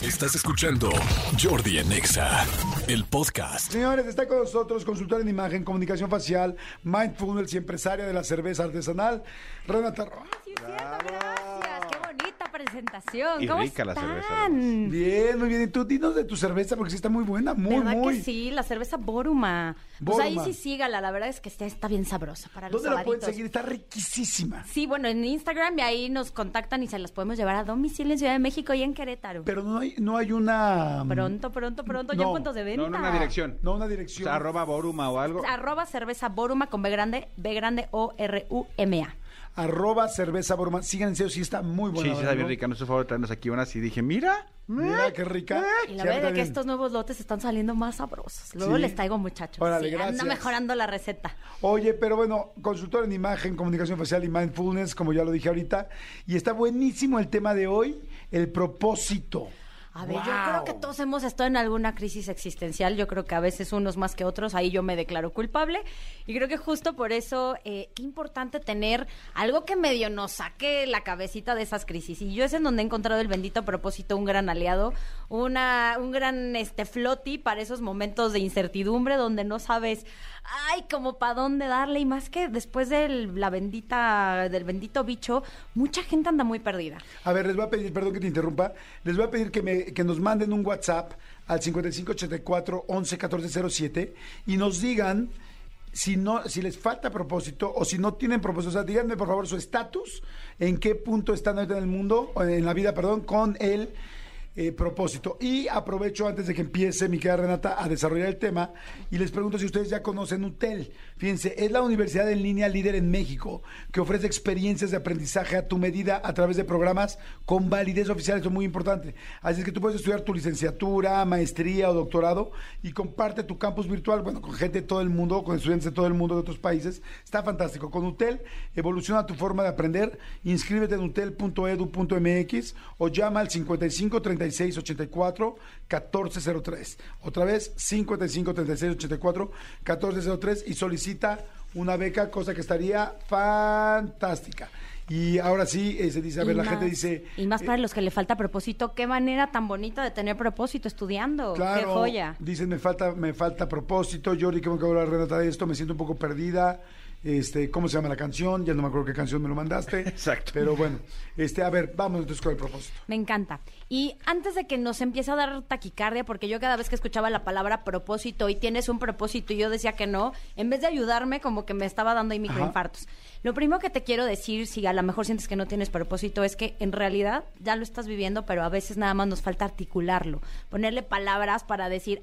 Estás escuchando Jordi en Exa, el podcast. Señores, está con nosotros consultora en imagen, comunicación facial, mindfulness y empresaria de la cerveza artesanal, Renata Roa. Sí, es cierto, gracias. Qué bonita presentación. Y ¿Cómo rica la están? cerveza, Bien, muy bien. Y tú dinos de tu cerveza porque sí está muy buena, ¿Verdad muy. que sí? La cerveza Boruma. Pues ahí sí sígala, la verdad es que está bien sabrosa para los ¿Dónde la pueden sabaditos. seguir? Está riquísima. Sí, bueno, en Instagram y ahí nos contactan y se las podemos llevar a domicilio en Ciudad de México y en Querétaro. Pero no hay una... Pronto, ya en puntos de venta. No, una dirección. No, una O dirección. sea, @Boruma o algo. @cerveza Boruma con B grande ORUMA. @cerveza Boruma. Síganse, sí está muy buena. Sí, sí, está bien ¿no? rica. No es favor de traernos aquí unas y dije, mira. Mira qué rica. Y la Sí, verdad es que también. estos nuevos lotes están saliendo más sabrosos. Luego Sí. les traigo, muchachos. Órale, Sí, gracias. anda mejorando la receta. Oye, pero bueno, consultor en imagen, comunicación facial y mindfulness, como ya lo dije ahorita. Y está buenísimo el tema de hoy, el propósito. A ver, yo ¡Wow! creo que todos hemos estado en alguna crisis existencial. Yo creo que a veces unos más que otros. Ahí yo me declaro culpable. Y creo que justo por eso, qué importante tener algo que medio nos saque la cabecita de esas crisis. Y yo es en donde he encontrado el bendito propósito, un gran aliado, un gran floti para esos momentos de incertidumbre donde no sabes, ay, como para dónde darle. Y más que después del bendito bicho, mucha gente anda muy perdida. A ver, les voy a pedir, perdón que te interrumpa, les voy a pedir que nos manden un WhatsApp al 5584 11 14 07 y nos digan si les falta propósito o si no tienen propósito. O sea, díganme por favor su estatus, en qué punto están ahorita en el mundo, o en la vida, perdón, con el propósito. Y aprovecho antes de que empiece mi querida Renata a desarrollar el tema y les pregunto si ustedes ya conocen UTEL. Fíjense, es la universidad en línea líder en México que ofrece experiencias de aprendizaje a tu medida a través de programas con validez oficial. Esto es muy importante. Así es que tú puedes estudiar tu licenciatura, maestría o doctorado y comparte tu campus virtual, bueno, con gente de todo el mundo, con estudiantes de todo el mundo de otros países. Está fantástico. Con UTEL evoluciona tu forma de aprender. Inscríbete en utel.edu.mx o llama al 55 36 84 1403. Otra vez, 55 36 84 1403 y solicita una beca, cosa que estaría fantástica. Y ahora sí, se dice, a ver, la gente dice... Y más para los que le falta propósito, qué manera tan bonita de tener propósito estudiando. Claro, qué joya. Dicen, me falta propósito. Jordi, que me acabo de hablar, Renata, de esto, me siento un poco perdida. ¿Cómo se llama la canción? Ya no me acuerdo qué canción me lo mandaste. Exacto. Pero bueno, a ver, vamos entonces con el propósito. Me encanta. Y antes de que nos empiece a dar taquicardia, porque yo cada vez que escuchaba la palabra propósito y tienes un propósito y yo decía que no, en vez de ayudarme, como que me estaba dando ahí microinfartos. Lo primero que te quiero decir, si a lo mejor sientes que no tienes propósito, es que en realidad ya lo estás viviendo, pero a veces nada más nos falta articularlo, ponerle palabras para decir,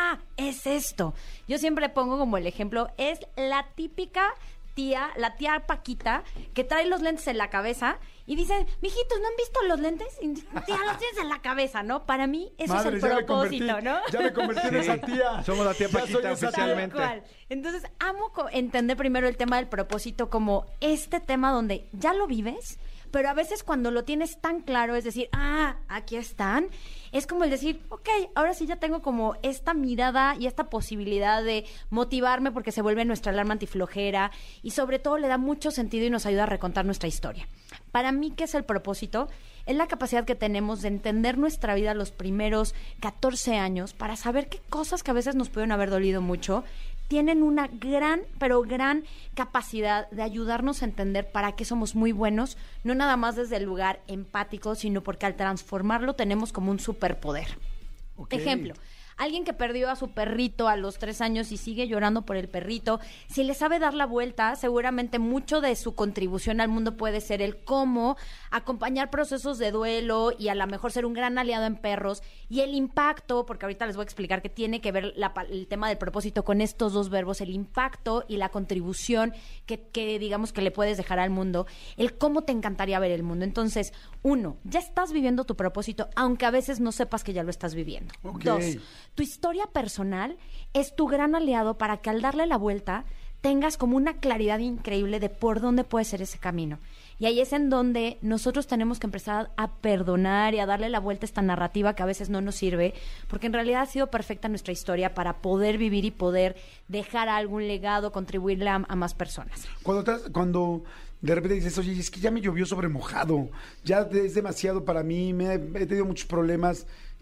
es esto. Yo siempre pongo como el ejemplo, es la típica tía, la tía Paquita, que trae los lentes en la cabeza y dice, mijitos, ¿no han visto los lentes? Y, tía, los tienes en la cabeza, ¿no? Para mí eso Madre, es el propósito, ¿no? Ya me convertí en esa tía. Somos la tía Ya Paquita soy esa oficialmente. Tal cual. Entonces, amo entender primero el tema del propósito como este tema donde ya lo vives, pero a veces cuando lo tienes tan claro, es decir, aquí están, es como el decir, ok, ahora sí ya tengo como esta mirada y esta posibilidad de motivarme porque se vuelve nuestra alarma antiflojera y sobre todo le da mucho sentido y nos ayuda a recontar nuestra historia. Para mí, ¿qué es el propósito? Es la capacidad que tenemos de entender nuestra vida los primeros 14 años para saber qué cosas que a veces nos pueden haber dolido mucho tienen una gran, pero gran capacidad de ayudarnos a entender para qué somos muy buenos, no nada más desde el lugar empático, sino porque al transformarlo tenemos como un superpoder. Ok. Ejemplo, alguien que perdió a su perrito a los 3 años y sigue llorando por el perrito, si le sabe dar la vuelta, seguramente mucho de su contribución al mundo puede ser el cómo acompañar procesos de duelo y a lo mejor ser un gran aliado en perros y el impacto, porque ahorita les voy a explicar que tiene que ver el tema del propósito con estos dos verbos, el impacto y la contribución que digamos que le puedes dejar al mundo, el cómo te encantaría ver el mundo. Entonces, 1, ya estás viviendo tu propósito, aunque a veces no sepas que ya lo estás viviendo. Ok. 2, tu historia personal es tu gran aliado para que al darle la vuelta tengas como una claridad increíble de por dónde puede ser ese camino. Y ahí es en donde nosotros tenemos que empezar a perdonar y a darle la vuelta a esta narrativa que a veces no nos sirve, porque en realidad ha sido perfecta nuestra historia para poder vivir y poder dejar algún legado, contribuirle a más personas. Cuando de repente dices, oye, es que ya me llovió sobre mojado, ya es demasiado para mí, he tenido muchos problemas,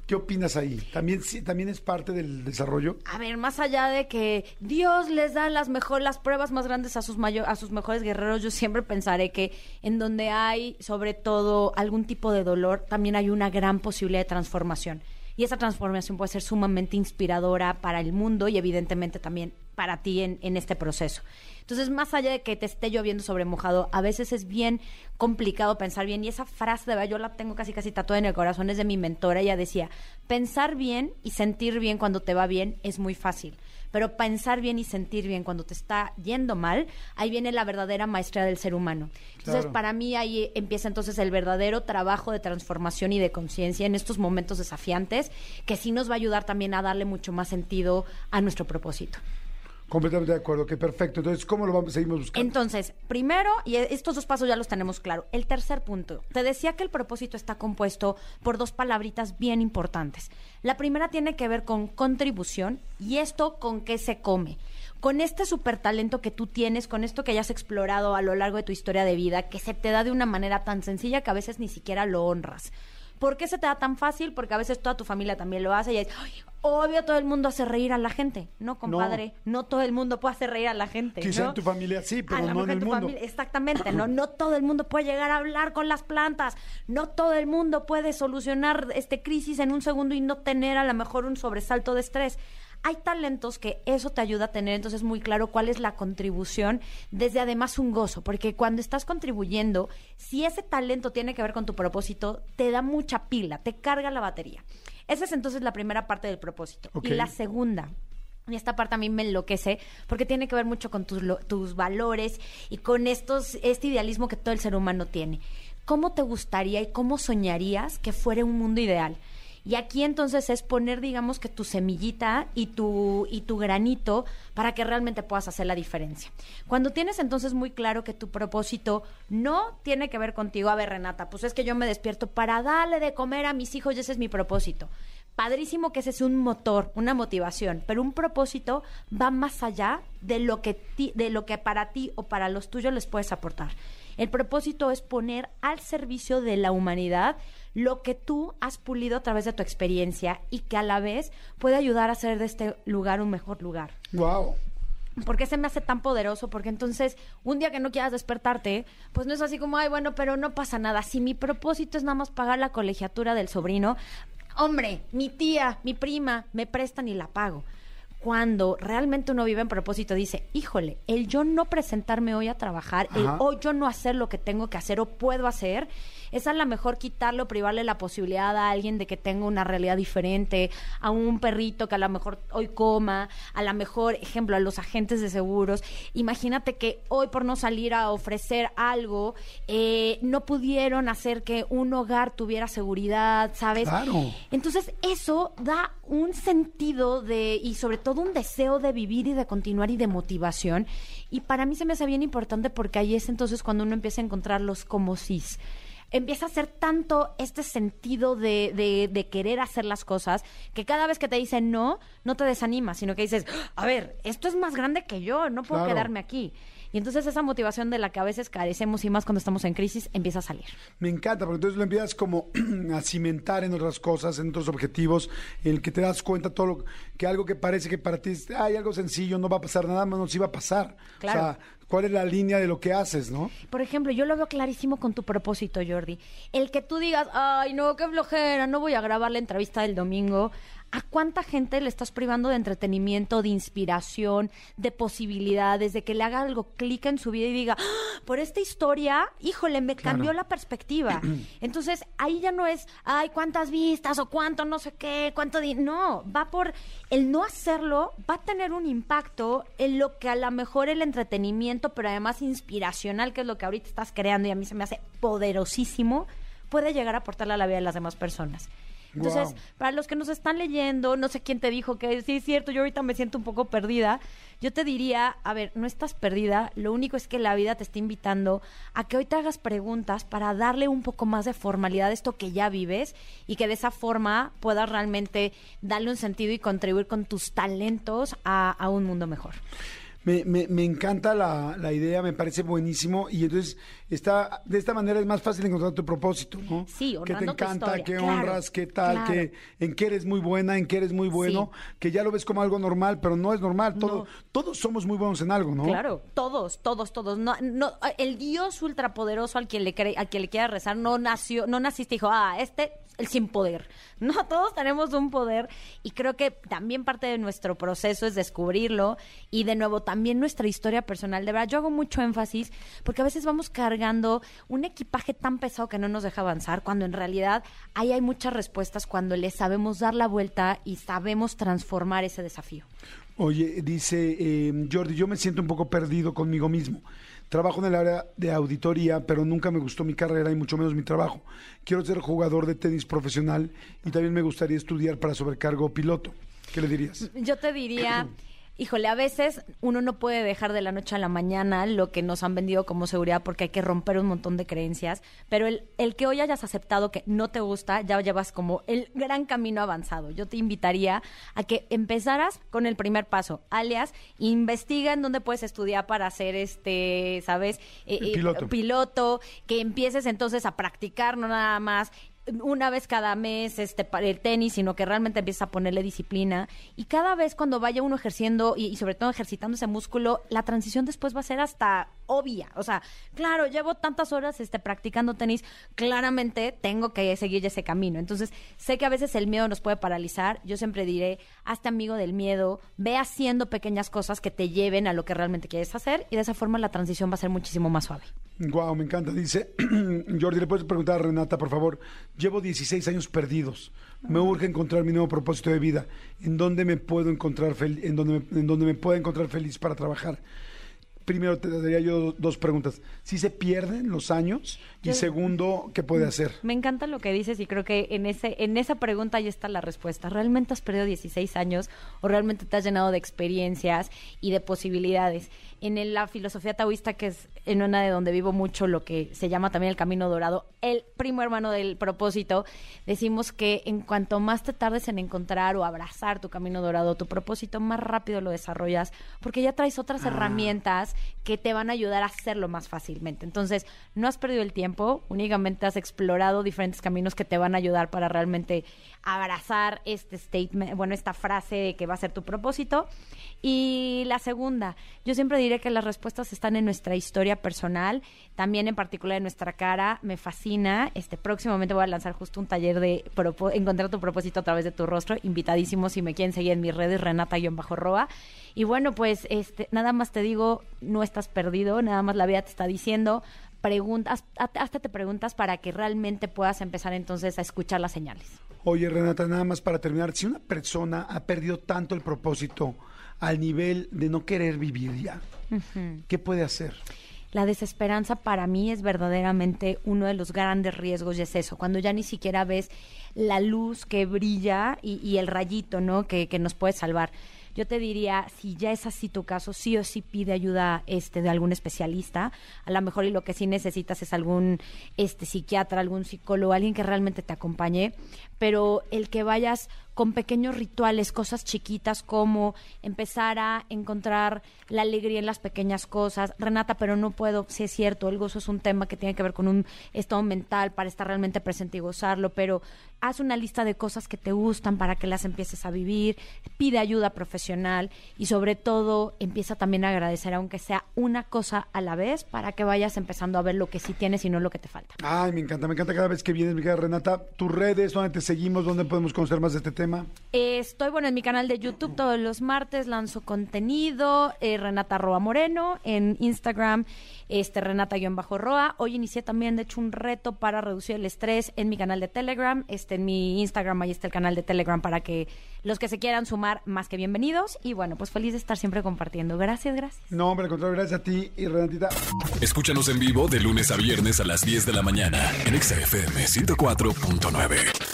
¿Qué opinas ahí? ¿También, sí, también es parte del desarrollo? A ver, más allá de que Dios les da las pruebas más grandes a sus mejores guerreros, yo siempre pensaré que en donde hay, sobre todo, algún tipo de dolor, también hay una gran posibilidad de transformación. Y esa transformación puede ser sumamente inspiradora para el mundo y evidentemente también para ti en este proceso. Entonces, más allá de que te esté lloviendo sobre mojado, a veces es bien complicado pensar bien. Y esa frase, de verdad, yo la tengo casi tatuada en el corazón, es de mi mentora. Ella decía, pensar bien y sentir bien cuando te va bien es muy fácil. Pero pensar bien y sentir bien cuando te está yendo mal, ahí viene la verdadera maestría del ser humano. Entonces, Claro. para mí ahí empieza entonces el verdadero trabajo de transformación y de conciencia en estos momentos desafiantes, que sí nos va a ayudar también a darle mucho más sentido a nuestro propósito. Completamente de acuerdo, que perfecto. Entonces, ¿cómo seguimos buscando? Entonces, primero, y estos dos pasos ya los tenemos claro. El tercer punto, te decía que el propósito está compuesto por dos palabritas bien importantes. La primera tiene que ver con contribución, y esto con qué se come. Con este súper talento que tú tienes, con esto que hayas explorado a lo largo de tu historia de vida, que se te da de una manera tan sencilla que a veces ni siquiera lo honras. ¿Por qué se te da tan fácil? Porque a veces toda tu familia también lo hace y es, "Ay, obvio todo el mundo hace reír a la gente". No, compadre, no todo el mundo puede hacer reír a la gente, Quizá ¿no? en tu familia sí, A pero lo no en mejor el tu mundo. familia, exactamente, no todo el mundo puede llegar a hablar con las plantas, no todo el mundo puede solucionar crisis en un segundo y no tener a lo mejor un sobresalto de estrés. Hay talentos que eso te ayuda a tener, entonces muy claro cuál es la contribución, desde además un gozo, porque cuando estás contribuyendo, si ese talento tiene que ver con tu propósito, te da mucha pila, te carga la batería. Esa es entonces la primera parte del propósito. Ok. Y la segunda, y esta parte a mí me enloquece, porque tiene que ver mucho con tus valores y con este idealismo que todo el ser humano tiene. ¿Cómo te gustaría y cómo soñarías que fuera un mundo ideal? Y aquí entonces es poner, digamos, que tu semillita y tu granito para que realmente puedas hacer la diferencia. Cuando tienes entonces muy claro que tu propósito no tiene que ver contigo, a ver, Renata, pues es que yo me despierto para darle de comer a mis hijos y ese es mi propósito. Padrísimo que ese es un motor, una motivación, pero un propósito va más allá de lo que para ti o para los tuyos les puedes aportar. El propósito es poner al servicio de la humanidad lo que tú has pulido a través de tu experiencia y que a la vez puede ayudar a hacer de este lugar un mejor lugar. Wow. ¿Por qué se me hace tan poderoso? Porque entonces, un día que no quieras despertarte, pues no es así como, ay, bueno, pero no pasa nada. Si mi propósito es nada más pagar la colegiatura del sobrino, hombre, mi tía, mi prima, me prestan y la pago. Cuando realmente uno vive en propósito, dice, híjole, el yo no presentarme hoy a trabajar, el hoy yo no hacer lo que tengo que hacer o puedo hacer, es a lo mejor quitarle o privarle la posibilidad a alguien de que tenga una realidad diferente, a un perrito que a lo mejor hoy coma, a lo mejor, ejemplo, a los agentes de seguros. Imagínate que hoy por no salir a ofrecer algo, no pudieron hacer que un hogar tuviera seguridad, ¿sabes? Claro. Entonces eso da un sentido y sobre todo un deseo de vivir y de continuar y de motivación. Y para mí se me hace bien importante porque ahí es entonces cuando uno empieza a encontrar los como sís. Empieza a hacer tanto este sentido de querer hacer las cosas que cada vez que te dicen no te desanimas, sino que dices, a ver, esto es más grande que yo, no puedo Claro. quedarme aquí. Y entonces esa motivación de la que a veces carecemos y más cuando estamos en crisis empieza a salir. Me encanta, porque entonces lo empiezas como a cimentar en otras cosas, en otros objetivos, en el que te das cuenta que algo que parece que para ti es algo sencillo, no va a pasar nada, no sí va a pasar. Claro. O sea, ¿cuál es la línea de lo que haces, no? Por ejemplo, yo lo veo clarísimo con tu propósito, Jordi. El que tú digas, ay, no, qué flojera, no voy a grabar la entrevista del domingo. ¿A cuánta gente le estás privando de entretenimiento, de inspiración, de posibilidades, de que le haga algo clic en su vida y diga, ¡ah! Por esta historia, híjole, me cambió la perspectiva? Entonces, ahí ya no es, ay, cuántas vistas o cuánto no sé qué, no, va por el no hacerlo, va a tener un impacto en lo que a lo mejor el entretenimiento, pero además inspiracional, que es lo que ahorita estás creando y a mí se me hace poderosísimo, puede llegar a aportarle a la vida de las demás personas. Entonces, Wow. para los que nos están leyendo, no sé quién te dijo que sí es cierto, yo ahorita me siento un poco perdida, yo te diría, a ver, no estás perdida, lo único es que la vida te está invitando a que hoy te hagas preguntas para darle un poco más de formalidad a esto que ya vives y que de esa forma puedas realmente darle un sentido y contribuir con tus talentos a un mundo mejor. Me encanta la idea, me parece buenísimo y entonces de esta manera es más fácil encontrar tu propósito, ¿no? Sí, que te honrando tu encanta, historia, que claro, honras, qué tal, claro. que en qué eres muy buena, en qué eres muy bueno, que ya lo ves como algo normal, pero no es normal. Todos somos muy buenos en algo, ¿no? Claro, todos. No, el Dios ultrapoderoso al que le quiera rezar no naciste y dijo, el sin poder. No, todos tenemos un poder y creo que también parte de nuestro proceso es descubrirlo y de nuevo también nuestra historia personal. De verdad, yo hago mucho énfasis porque a veces vamos cargando un equipaje tan pesado que no nos deja avanzar cuando en realidad ahí hay muchas respuestas cuando le sabemos dar la vuelta y sabemos transformar ese desafío. Oye, dice Jordi, yo me siento un poco perdido conmigo mismo. Trabajo en el área de auditoría, pero nunca me gustó mi carrera y mucho menos mi trabajo. Quiero ser jugador de tenis profesional y también me gustaría estudiar para sobrecargo piloto. ¿Qué le dirías? Yo te diría... Híjole, a veces uno no puede dejar de la noche a la mañana lo que nos han vendido como seguridad porque hay que romper un montón de creencias, pero el que hoy hayas aceptado que no te gusta, ya llevas como el gran camino avanzado. Yo te invitaría a que empezaras con el primer paso, alias, investiga en dónde puedes estudiar para ser ¿sabes? Piloto, que empieces entonces a practicar, no nada más una vez cada mes para el tenis, sino que realmente empiezas a ponerle disciplina y cada vez cuando vaya uno ejerciendo y sobre todo ejercitando ese músculo, la transición después va a ser hasta obvia. O sea, claro, llevo tantas horas practicando tenis, claramente tengo que seguir ese camino. Entonces, sé que a veces el miedo nos puede paralizar. Yo siempre diré, hazte amigo del miedo, ve haciendo pequeñas cosas que te lleven a lo que realmente quieres hacer y de esa forma la transición va a ser muchísimo más suave. Guau, me encanta. Dice, Jordi, ¿le puedes preguntar a Renata, por favor? Llevo 16 años perdidos. Me urge encontrar mi nuevo propósito de vida. ¿En dónde me puedo encontrar en dónde me puedo encontrar feliz para trabajar? Primero te daría yo dos preguntas. ¿Sí se pierden los años? Y segundo, ¿qué puede hacer? Me encanta lo que dices y creo que en esa pregunta ya está la respuesta. ¿Realmente has perdido 16 años o realmente te has llenado de experiencias y de posibilidades? En la filosofía taoísta, que es en una de donde vivo mucho, lo que se llama también el camino dorado, el primo hermano del propósito, decimos que en cuanto más te tardes en encontrar o abrazar tu camino dorado, tu propósito, más rápido lo desarrollas, porque ya traes otras herramientas que te van a ayudar a hacerlo más fácilmente. Entonces, no has perdido el tiempo, únicamente has explorado diferentes caminos que te van a ayudar para realmente abrazar esta frase de que va a ser tu propósito. Y la segunda, yo siempre diré que las respuestas están en nuestra historia personal, también en particular en nuestra cara. Me fascina. Próximamente voy a lanzar justo un taller de encontrar tu propósito a través de tu rostro. Invitadísimos si me quieren seguir en mis redes, Renata_Roa. Y bueno, pues nada más te digo, no estás perdido, nada más la vida te está diciendo. Hasta te preguntas para que realmente puedas empezar entonces a escuchar las señales. Oye, Renata, nada más para terminar, si una persona ha perdido tanto el propósito al nivel de no querer vivir ya, ¿qué puede hacer? La desesperanza para mí es verdaderamente uno de los grandes riesgos y es eso, cuando ya ni siquiera ves la luz que brilla y el rayito, ¿no? que nos puede salvar. Yo te diría, si ya es así tu caso, sí o sí pide ayuda de algún especialista. A lo mejor y lo que sí necesitas es algún psiquiatra, algún psicólogo, alguien que realmente te acompañe. Pero el que vayas con pequeños rituales, cosas chiquitas como empezar a encontrar la alegría en las pequeñas cosas. Renata, pero no puedo, sí es cierto, el gozo es un tema que tiene que ver con un estado mental para estar realmente presente y gozarlo, pero haz una lista de cosas que te gustan para que las empieces a vivir, pide ayuda profesional y sobre todo empieza también a agradecer, aunque sea una cosa a la vez, para que vayas empezando a ver lo que sí tienes y no lo que te falta. Ay, me encanta cada vez que vienes, mi querida Renata. Tus redes, ¿dónde te seguimos? ¿Dónde podemos conocer más de este tema? Estoy, en mi canal de YouTube todos los martes, lanzo contenido, Renata_Moreno, en Instagram, Renata_Roa. Hoy inicié también, de hecho, un reto para reducir el estrés en mi canal de Telegram. En mi Instagram, ahí está el canal de Telegram para que los que se quieran sumar, más que bienvenidos. Y bueno, pues feliz de estar siempre compartiendo. Gracias. No, hombre, al contrario, gracias a ti y Renatita. Escúchanos en vivo de lunes a viernes a las 10 de la mañana en XFM 104.9.